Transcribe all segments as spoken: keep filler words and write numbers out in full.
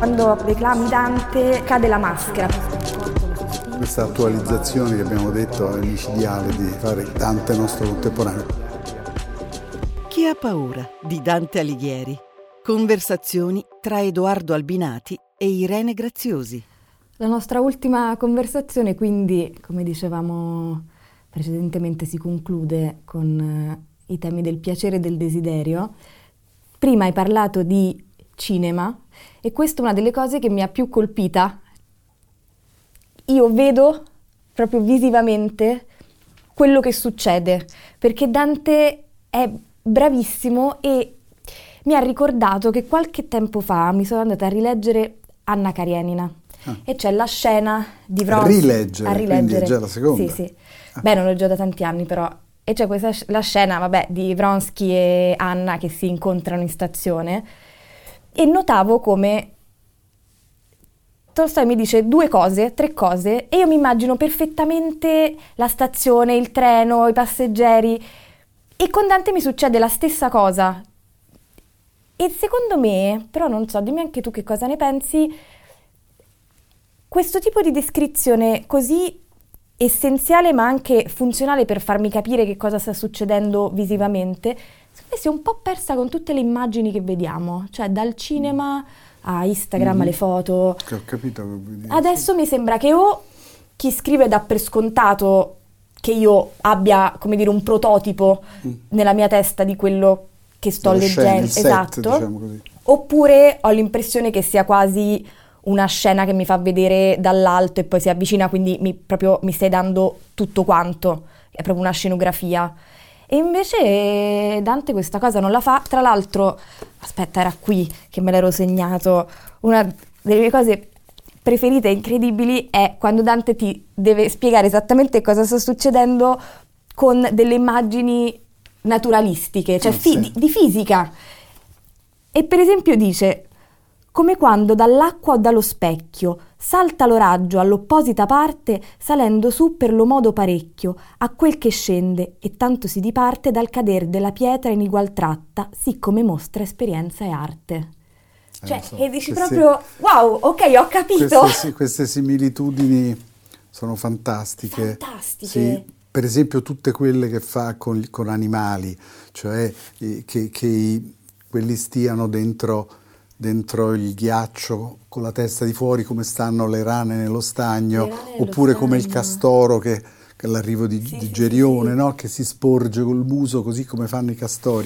Quando reclami Dante cade la maschera. Questa attualizzazione che abbiamo detto è micidiale di fare Dante nostro contemporaneo. Chi ha paura di Dante Alighieri? Conversazioni tra Edoardo Albinati e Irene Graziosi. La nostra ultima conversazione, quindi, come dicevamo precedentemente, si conclude con eh, i temi del piacere e del desiderio. Prima hai parlato di cinema e questa è una delle cose che mi ha più colpita. Io vedo proprio visivamente quello che succede, perché Dante è bravissimo e mi ha ricordato che qualche tempo fa mi sono andata a rileggere Anna Karenina ah. e c'è la scena di Vronsky. Rileggere, a rileggere, quindi è già la seconda. Sì, sì. Ah. Beh, non l'ho già da tanti anni però. E c'è questa la scena, vabbè, di Vronsky e Anna che si incontrano in stazione e notavo come Tolstoi mi dice due cose, tre cose e io mi immagino perfettamente la stazione, il treno, i passeggeri e con Dante mi succede la stessa cosa. E secondo me, però non so, dimmi anche tu che cosa ne pensi, questo tipo di descrizione così essenziale ma anche funzionale per farmi capire che cosa sta succedendo visivamente, secondo me si è un po' persa con tutte le immagini che vediamo, cioè dal cinema a Instagram, mm-hmm. alle foto. Che ho capito che vuoi dire. Adesso mi sembra che o chi scrive dà per scontato che io abbia, come dire, un prototipo mm. nella mia testa di quello che sto Lo leggendo, scena, esatto, set, diciamo così. Oppure ho l'impressione che sia quasi una scena che mi fa vedere dall'alto e poi si avvicina, quindi mi, proprio mi stai dando tutto quanto, è proprio una scenografia. E invece Dante questa cosa non la fa. Tra l'altro, aspetta, era qui che me l'ero segnato, una delle mie cose preferite e incredibili è quando Dante ti deve spiegare esattamente cosa sta succedendo con delle immagini naturalistiche, cioè fi- di, di fisica. E per esempio dice: come quando dall'acqua o dallo specchio salta lo raggio all'opposita parte, salendo su per lo modo parecchio, a quel che scende, e tanto si diparte dal cader della pietra in igual tratta, sì come mostra esperienza e arte. Eh, cioè, so. E dici queste, proprio, wow, ok, ho capito. Queste, queste similitudini sono fantastiche. Fantastiche. Sì, per esempio tutte quelle che fa con, con animali, cioè eh, che, che quelli stiano dentro... dentro il ghiaccio con la testa di fuori come stanno le rane nello stagno, nello oppure stagno. Come il castoro che, che all'arrivo di, sì, di sì, Gerione, sì. No? Che si sporge col muso così come fanno i castori.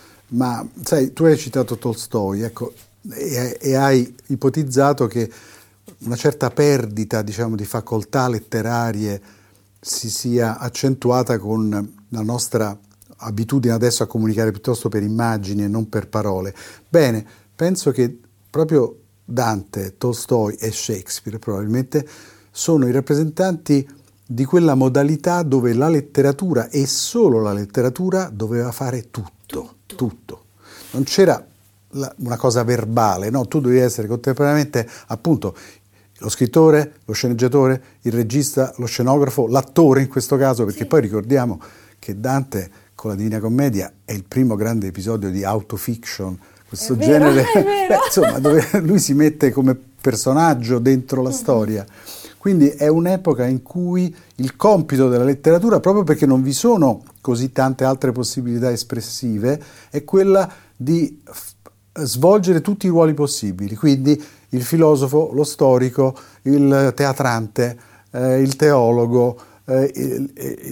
Ma sai, tu hai citato Tolstoi, ecco, e, e hai ipotizzato che una certa perdita, diciamo, di facoltà letterarie si sia accentuata con la nostra abitudine adesso a comunicare piuttosto per immagini e non per parole. Bene, penso che proprio Dante, Tolstoi e Shakespeare probabilmente sono i rappresentanti di quella modalità dove la letteratura e solo la letteratura doveva fare tutto, tutto. tutto. Non c'era la, una cosa verbale, no? Tu dovevi essere contemporaneamente appunto lo scrittore, lo sceneggiatore, il regista, lo scenografo, l'attore in questo caso, perché sì. Poi ricordiamo che Dante con la Divina Commedia è il primo grande episodio di autofiction, questo è vero, genere, è vero. Beh, insomma, dove lui si mette come personaggio dentro la storia. Quindi è un'epoca in cui il compito della letteratura, proprio perché non vi sono così tante altre possibilità espressive, è quella di f- svolgere tutti i ruoli possibili. Quindi il filosofo, lo storico, il teatrante, eh, il teologo, eh, il,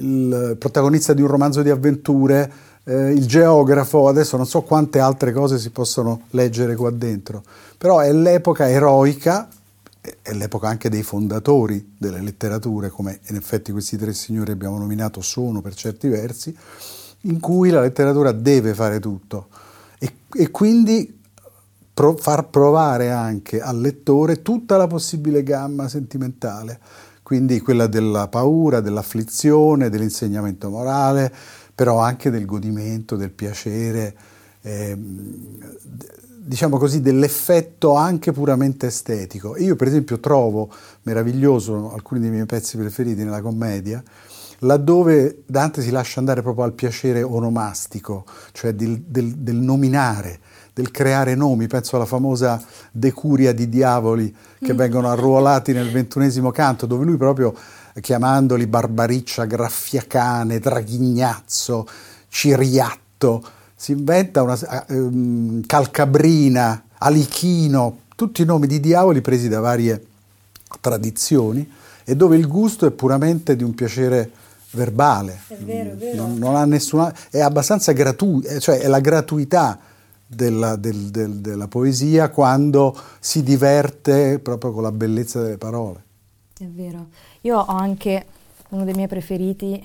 il protagonista di un romanzo di avventure, eh, il geografo, adesso non so quante altre cose si possono leggere qua dentro, però è l'epoca eroica, è l'epoca anche dei fondatori delle letterature, come in effetti questi tre signori abbiamo nominato sono per certi versi, in cui la letteratura deve fare tutto e, e quindi pro, far provare anche al lettore tutta la possibile gamma sentimentale, quindi quella della paura, dell'afflizione, dell'insegnamento morale, però anche del godimento, del piacere, eh, diciamo così, dell'effetto anche puramente estetico. Io per esempio trovo meraviglioso alcuni dei miei pezzi preferiti nella commedia, laddove Dante si lascia andare proprio al piacere onomastico, cioè del, del, del nominare, del creare nomi. Penso alla famosa decuria di diavoli che mm. vengono arruolati nel ventunesimo canto, dove lui proprio, chiamandoli Barbariccia, Graffiacane, Draghignazzo, Ciriatto, si inventa una um, Calcabrina, Alichino, tutti i nomi di diavoli presi da varie tradizioni, e dove il gusto è puramente di un piacere verbale. È vero, è vero. Non, non ha nessuna, è abbastanza gratuito, cioè è la gratuità della, del, del, della poesia quando si diverte proprio con la bellezza delle parole. È vero. Io ho anche uno dei miei preferiti,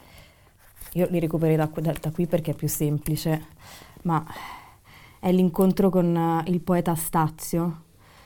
io li recupererei da, da, da qui perché è più semplice, ma è l'incontro con uh, il poeta Stazio,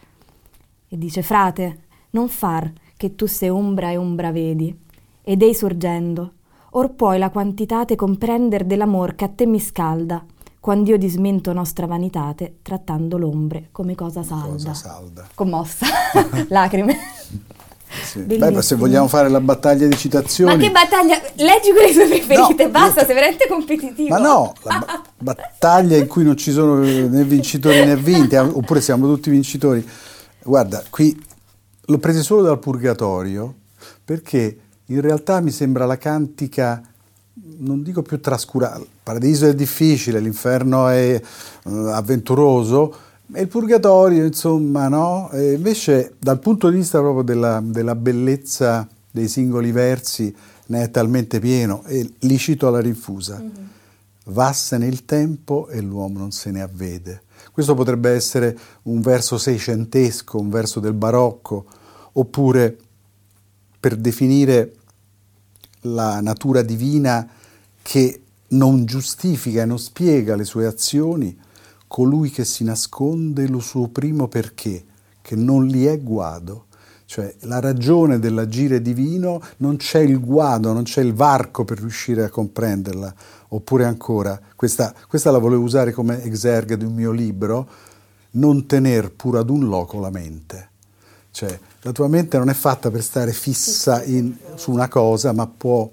e dice: frate, non far che tu se ombra e ombra vedi, ed ei sorgendo, or puoi la quantitate comprender dell'amor che a te mi scalda, quando io dismento nostra vanitate, trattando l'ombre come cosa salda. Cosa salda. Commossa, lacrime. Sì. Beh, ma se vogliamo fare la battaglia di citazioni... Ma che battaglia? Leggi quelle tue preferite, no, basta, io... sei veramente competitivo. Ma no, la ba- battaglia in cui non ci sono né vincitori né vinti, oppure siamo tutti vincitori. Guarda, qui l'ho preso solo dal Purgatorio, perché in realtà mi sembra la cantica, non dico più trascurata, il paradiso è difficile, l'inferno è uh, avventuroso, e il Purgatorio, insomma, no? E invece dal punto di vista proprio della, della bellezza dei singoli versi ne è talmente pieno, e li cito alla rinfusa. Mm-hmm. Vassene il tempo e l'uomo non se ne avvede. Questo potrebbe essere un verso seicentesco, un verso del barocco, oppure per definire la natura divina che non giustifica e non spiega le sue azioni, colui che si nasconde lo suo primo perché, che non li è guado. Cioè la ragione dell'agire divino, non c'è il guado, non c'è il varco per riuscire a comprenderla. Oppure ancora, questa, questa la volevo usare come exerga di un mio libro, non tener pur ad un loco la mente. Cioè la tua mente non è fatta per stare fissa in, su una cosa, ma può,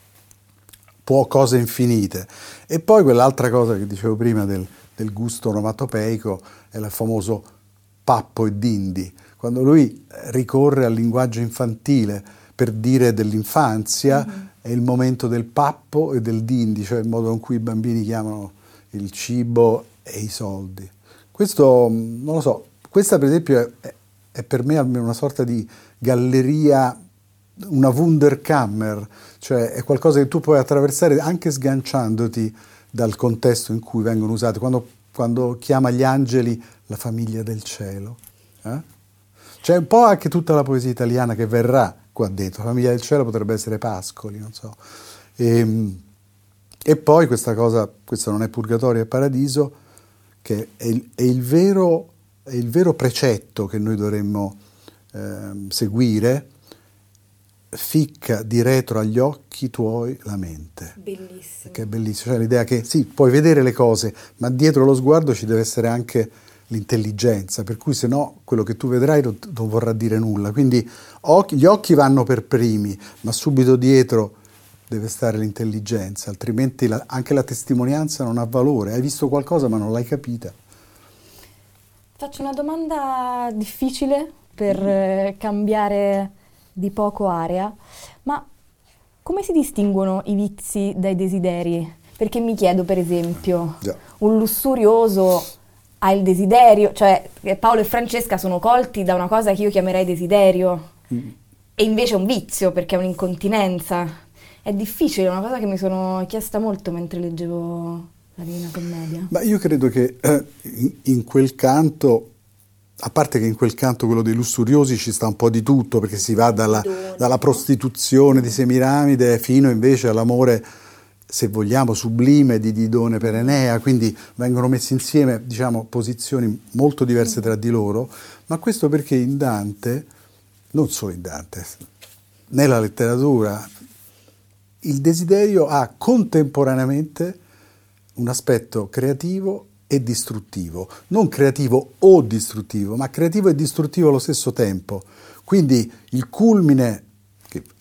può cose infinite. E poi quell'altra cosa che dicevo prima del, del gusto onomatopeico è il famoso pappo e dindi. Quando lui ricorre al linguaggio infantile per dire dell'infanzia, mm-hmm. è il momento del pappo e del dindi, cioè il modo in cui i bambini chiamano il cibo e i soldi. Questo, non lo so, questa per esempio è, è per me almeno una sorta di galleria, una Wunderkammer, cioè è qualcosa che tu puoi attraversare anche sganciandoti dal contesto in cui vengono usate. Quando, quando chiama gli angeli la famiglia del cielo, eh? C'è un po' anche tutta la poesia italiana che verrà qua dentro. La famiglia del cielo potrebbe essere Pascoli, non so. E, e poi questa cosa, questo non è Purgatorio, è Paradiso, che è il, è il, vero, è il vero precetto che noi dovremmo eh, seguire. Ficca di retro agli occhi tuoi la mente. Bellissimo. Che è bellissimo. Cioè l'idea che sì, puoi vedere le cose, ma dietro lo sguardo ci deve essere anche l'intelligenza, per cui se no quello che tu vedrai non, non vorrà dire nulla. Quindi occhi, gli occhi vanno per primi, ma subito dietro deve stare l'intelligenza, altrimenti la, anche la testimonianza non ha valore. Hai visto qualcosa ma non l'hai capita. Faccio una domanda difficile per eh, cambiare di poco area, ma come si distinguono i vizi dai desideri? Perché mi chiedo, per esempio, Già. un lussurioso ha il desiderio, cioè Paolo e Francesca sono colti da una cosa che io chiamerei desiderio, mm. e invece è un vizio perché è un'incontinenza. È difficile, è una cosa che mi sono chiesta molto mentre leggevo la Divina Commedia. Ma io credo che eh, in, in quel canto, a parte che in quel canto, quello dei lussuriosi, ci sta un po' di tutto, perché si va dalla, dalla prostituzione di Semiramide fino invece all'amore, se vogliamo, sublime di Didone per Enea, quindi vengono messi insieme, diciamo, posizioni molto diverse tra di loro, ma questo perché in Dante, non solo in Dante, nella letteratura, il desiderio ha contemporaneamente un aspetto creativo e distruttivo, non creativo o distruttivo, ma creativo e distruttivo allo stesso tempo. Quindi il culmine, che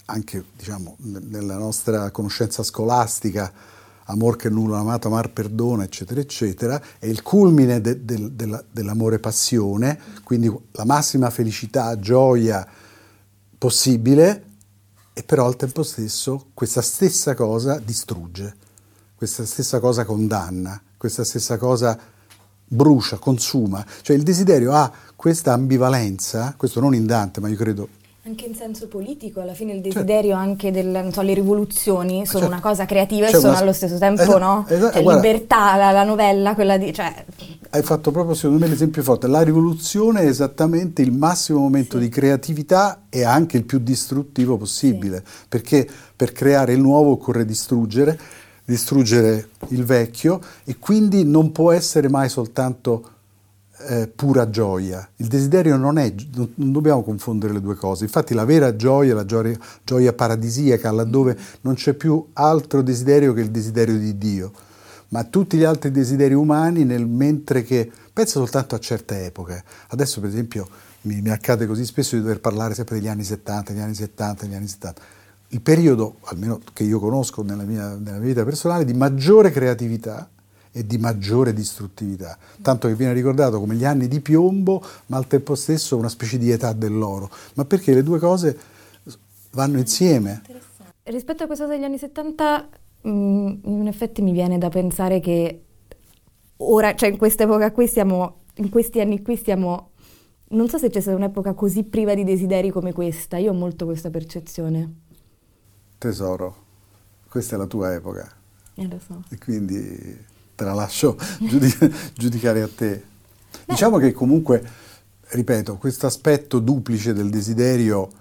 anche diciamo nella nostra conoscenza scolastica, amor che nulla amato, amar perdona, eccetera, eccetera, è il culmine de, de, de, dell'amore passione, quindi la massima felicità, gioia possibile, e però al tempo stesso questa stessa cosa distrugge, questa stessa cosa condanna, questa stessa cosa brucia, consuma. Cioè il desiderio ha questa ambivalenza, questo non in Dante, ma io credo... Anche in senso politico, alla fine il desiderio, certo, anche del, non so, le rivoluzioni sono, certo, una cosa creativa e sono una... allo stesso tempo, esatto, no? Esatto, cioè, guarda, libertà, la, la novella, quella di... Cioè... Hai fatto proprio, secondo me, l'esempio forte. La rivoluzione è esattamente il massimo momento, sì, di creatività e anche il più distruttivo possibile, sì, perché per creare il nuovo occorre distruggere, distruggere il vecchio, e quindi non può essere mai soltanto eh, pura gioia. Il desiderio non è, non dobbiamo confondere le due cose. Infatti la vera gioia, la gioia, gioia paradisiaca, laddove non c'è più altro desiderio che il desiderio di Dio, ma tutti gli altri desideri umani, nel mentre che, pensa soltanto a certe epoche. Adesso per esempio mi, mi accade così spesso di dover parlare sempre degli anni settanta, gli anni settanta, gli anni settanta. Il periodo, almeno che io conosco nella mia, nella mia vita personale, di maggiore creatività e di maggiore distruttività, tanto che viene ricordato come gli anni di piombo, ma al tempo stesso una specie di età dell'oro. Ma perché le due cose vanno insieme. Rispetto a questa cosa degli anni settanta, mh, in effetti mi viene da pensare che ora, cioè in questa epoca qui stiamo, in questi anni qui stiamo, non so se c'è stata un'epoca così priva di desideri come questa. Io ho molto questa percezione. Tesoro, questa è la tua epoca. Eh, lo so. E quindi te la lascio giudic- giudicare a te. Beh. Diciamo che comunque, ripeto, questo aspetto duplice del desiderio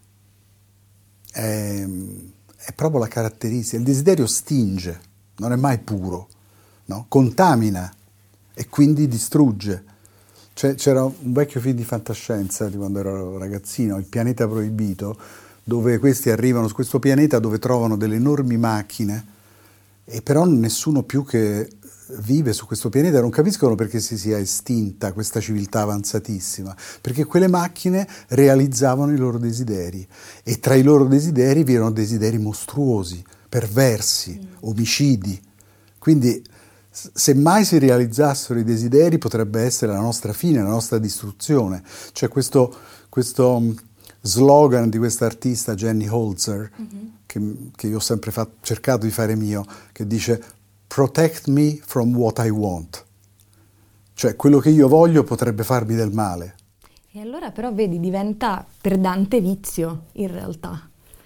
è, è proprio la caratteristica. Il desiderio stinge, non è mai puro, no? Contamina e quindi distrugge. Cioè, c'era un vecchio film di fantascienza di quando ero ragazzino, Il pianeta proibito, dove questi arrivano su questo pianeta dove trovano delle enormi macchine, e però nessuno più che vive su questo pianeta. Non capiscono perché si sia estinta questa civiltà avanzatissima, perché quelle macchine realizzavano i loro desideri, e tra i loro desideri vi erano desideri mostruosi, perversi, mm. omicidi. Quindi se mai si realizzassero i desideri potrebbe essere la nostra fine, la nostra distruzione. C'è questo, questo slogan di questa artista Jenny Holzer, mm-hmm. che, che io ho sempre fatto, cercato di fare mio, che dice "Protect me from what I want", cioè quello che io voglio potrebbe farmi del male. E allora però vedi, diventa per Dante vizio in realtà.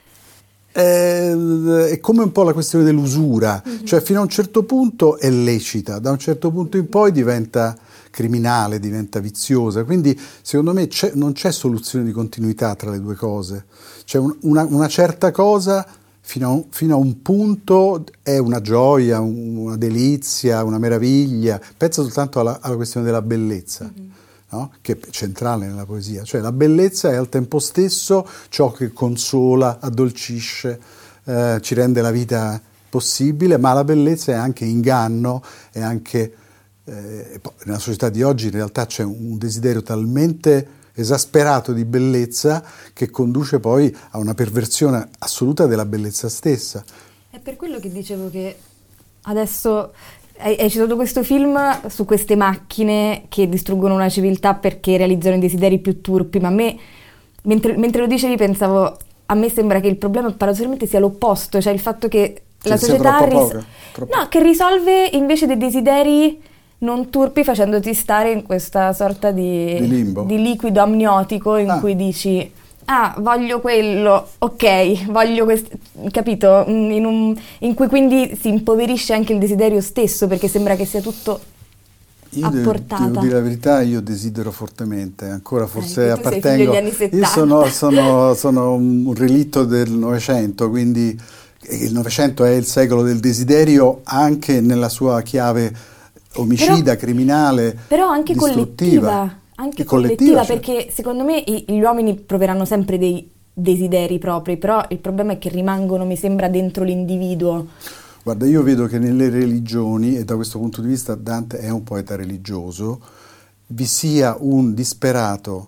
È, è come un po' la questione dell'usura, mm-hmm. cioè fino a un certo punto è lecita, da un certo punto in poi diventa criminale, diventa viziosa. Quindi secondo me c'è, non c'è soluzione di continuità tra le due cose. C'è un, una, una certa cosa fino a, un, fino a un punto è una gioia, un, una delizia, una meraviglia. Pensa soltanto alla, alla questione della bellezza, mm-hmm. no? Che è centrale nella poesia. Cioè la bellezza è al tempo stesso ciò che consola, addolcisce, eh, ci rende la vita possibile, ma la bellezza è anche inganno, è anche... Eh, nella società di oggi in realtà c'è un desiderio talmente esasperato di bellezza che conduce poi a una perversione assoluta della bellezza stessa. È per quello che dicevo che adesso hai, hai citato questo film su queste macchine che distruggono una civiltà perché realizzano i desideri più turpi, ma a me, mentre, mentre lo dicevi, pensavo, a me sembra che il problema paradossalmente sia l'opposto, cioè il fatto che Ci la società troppo ris- poca, troppo. no, che risolve invece dei desideri non turpi, facendoti stare in questa sorta di, di limbo, di liquido amniotico in ah. cui dici ah, voglio quello, ok, voglio questo, capito? In, un, in cui quindi si impoverisce anche il desiderio stesso, perché sembra che sia tutto io a portata. Devo dire la verità, io desidero fortemente, ancora forse eh, appartengo, sei anni settanta. Io sono, sono, sono un relitto del Novecento, quindi il Novecento è il secolo del desiderio anche nella sua chiave omicida, però, criminale, però anche collettiva, anche collettiva, collettiva perché secondo me i, gli uomini proveranno sempre dei desideri propri, però il problema è che rimangono, mi sembra, dentro l'individuo. Guarda, io vedo che nelle religioni, e da questo punto di vista Dante è un poeta religioso, vi sia un disperato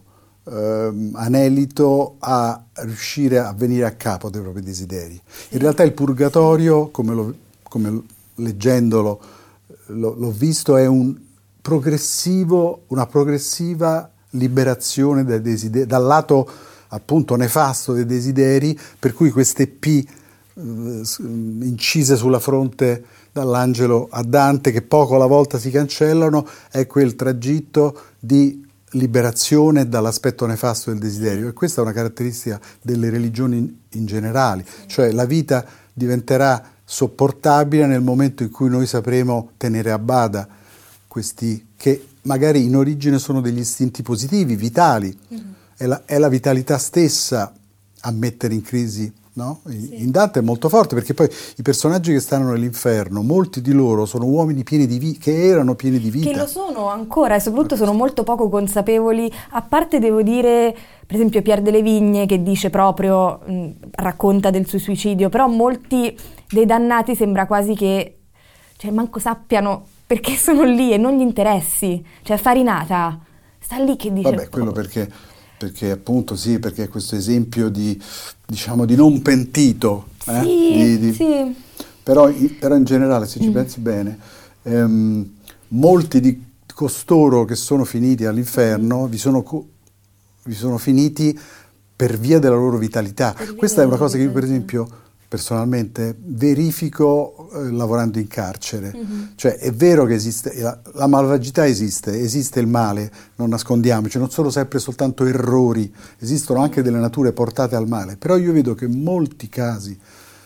eh, anelito a riuscire a venire a capo dei propri desideri. In realtà il purgatorio, come, lo, come leggendolo lo, l'ho visto, è un progressivo, una progressiva liberazione dai desideri, dal lato appunto nefasto dei desideri, per cui queste P eh, incise sulla fronte dall'angelo a Dante, che poco alla volta si cancellano, è quel tragitto di liberazione dall'aspetto nefasto del desiderio. E questa è una caratteristica delle religioni in, in generale, cioè la vita diventerà sopportabile nel momento in cui noi sapremo tenere a bada questi che magari in origine sono degli istinti positivi, vitali. Mm-hmm. È, la, è la vitalità stessa a mettere in crisi, no? Sì. In Dante è molto forte, perché poi i personaggi che stanno nell'inferno, molti di loro sono uomini pieni di vita, che erano pieni di vita. Che lo sono ancora, e soprattutto sono molto poco consapevoli, a parte devo dire, per esempio Pierre delle Vigne, che dice proprio, mh, racconta del suo suicidio, però molti dei dannati sembra quasi che, cioè, manco sappiano perché sono lì e non gli interessi. Cioè Farinata sta lì che dice... Vabbè, quello perché... perché appunto sì, perché è questo esempio di, diciamo, di non pentito. Eh? Sì, di, di, sì. Però, però in generale, se ci mm. pensi bene, ehm, molti di costoro che sono finiti all'inferno vi sono, vi sono finiti per via della loro vitalità. Questa è una cosa che io, per esempio, personalmente verifico eh, lavorando in carcere. Mm-hmm. Cioè è vero che esiste, la, la malvagità esiste, esiste il male, non nascondiamoci, non sono sempre soltanto errori, esistono anche delle nature portate al male, però io vedo che molti casi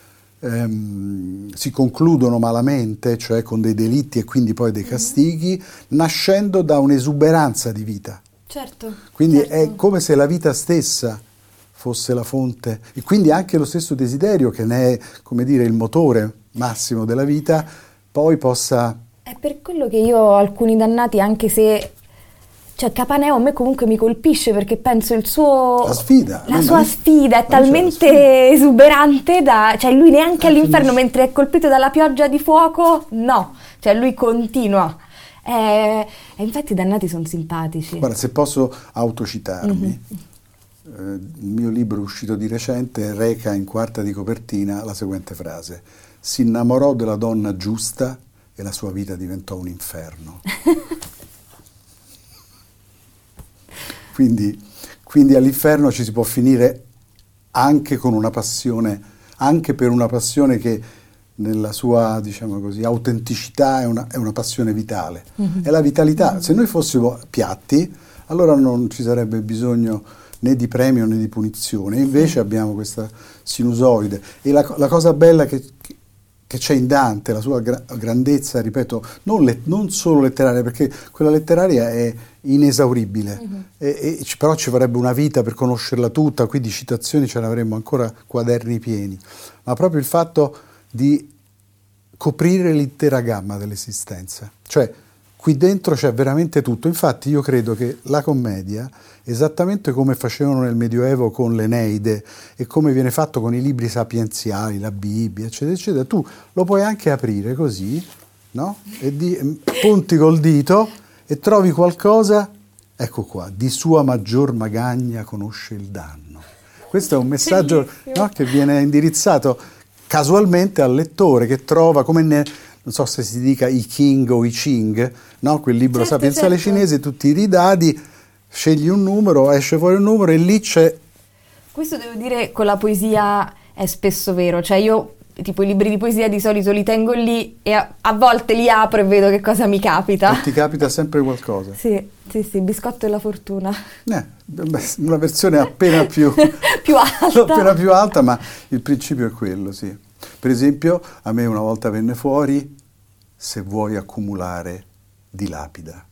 ehm, si concludono malamente, cioè con dei delitti e quindi poi dei castighi, mm-hmm. nascendo da un'esuberanza di vita. Certo. Quindi certo. È come se la vita stessa fosse la fonte, e quindi anche lo stesso desiderio, che ne è, come dire, il motore massimo della vita, poi possa... È per quello che io ho alcuni dannati, anche se... Cioè Capaneo a me comunque mi colpisce, perché penso il suo... La sfida. La sua sfida è talmente sfida. esuberante da... Cioè lui neanche eh, all'inferno, finisce. Mentre è colpito dalla pioggia di fuoco, no. Cioè lui continua. E, e infatti i dannati sono simpatici. Guarda, se posso autocitarmi... Mm-hmm. Il mio libro uscito di recente reca in quarta di copertina la seguente frase: si innamorò della donna giusta e la sua vita diventò un inferno. quindi, quindi all'inferno ci si può finire anche con una passione, anche per una passione che nella sua, diciamo così, autenticità è una, è una passione vitale. Mm-hmm. È la vitalità. Mm-hmm. Se noi fossimo piatti, allora non ci sarebbe bisogno né di premio né di punizione, invece abbiamo questa sinusoide. E la, la cosa bella che, che c'è in Dante, la sua gra- grandezza, ripeto, non, le, non solo letteraria, perché quella letteraria è inesauribile, mm-hmm. e, e, però ci vorrebbe una vita per conoscerla tutta, qui di citazioni ce ne avremmo ancora quaderni pieni, ma proprio il fatto di coprire l'intera gamma dell'esistenza, cioè qui dentro c'è veramente tutto. Infatti io credo che la commedia, esattamente come facevano nel Medioevo con l'Eneide e come viene fatto con i libri sapienziali, la Bibbia, eccetera, eccetera, tu lo puoi anche aprire così, no? E di, punti col dito e trovi qualcosa, ecco qua, di sua maggior magagna conosce il danno. Questo è un messaggio, no, che viene indirizzato casualmente al lettore, che trova, come ne... non so se si dica I Ching o I Ching, no? Quel libro certo, sapienziale certo. cinese, tu tiri i dadi, scegli un numero, esce fuori un numero e lì c'è... Questo devo dire, con la poesia è spesso vero, cioè io tipo i libri di poesia di solito li tengo lì e a, a volte li apro e vedo che cosa mi capita. E ti capita sempre qualcosa. Sì, sì, sì, biscotto della fortuna. Eh, una versione appena più, più alta. appena più alta, ma il principio è quello, sì. Per esempio, a me una volta venne fuori: se vuoi accumulare, dilapida.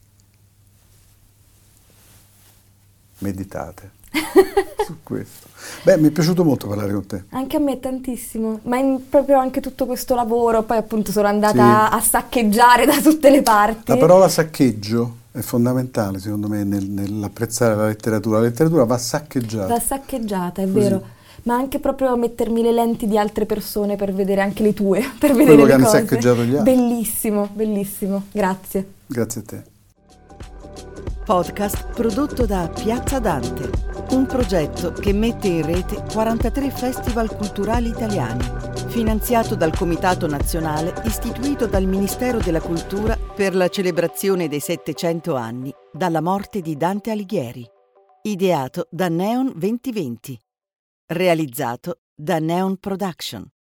Meditate su questo. Beh, mi è piaciuto molto parlare con te. Anche a me tantissimo, ma in proprio anche tutto questo lavoro, poi appunto sono andata sì. a saccheggiare da tutte le parti. La parola saccheggio è fondamentale secondo me nel, nell'apprezzare la letteratura. La letteratura va saccheggiata. Va saccheggiata, è Così. Vero. Ma anche proprio mettermi le lenti di altre persone per vedere anche le tue, per vedere Quello le che cose. hanno saccheggiato gli altri. Bellissimo, bellissimo. Grazie. Grazie a te. podcast prodotto da Piazza Dante, un progetto che mette in rete quarantatré festival culturali italiani, finanziato dal Comitato Nazionale istituito dal Ministero della Cultura per la celebrazione dei settecento anni dalla morte di Dante Alighieri. Ideato da Neon duemilaventi. Realizzato da Neon Production.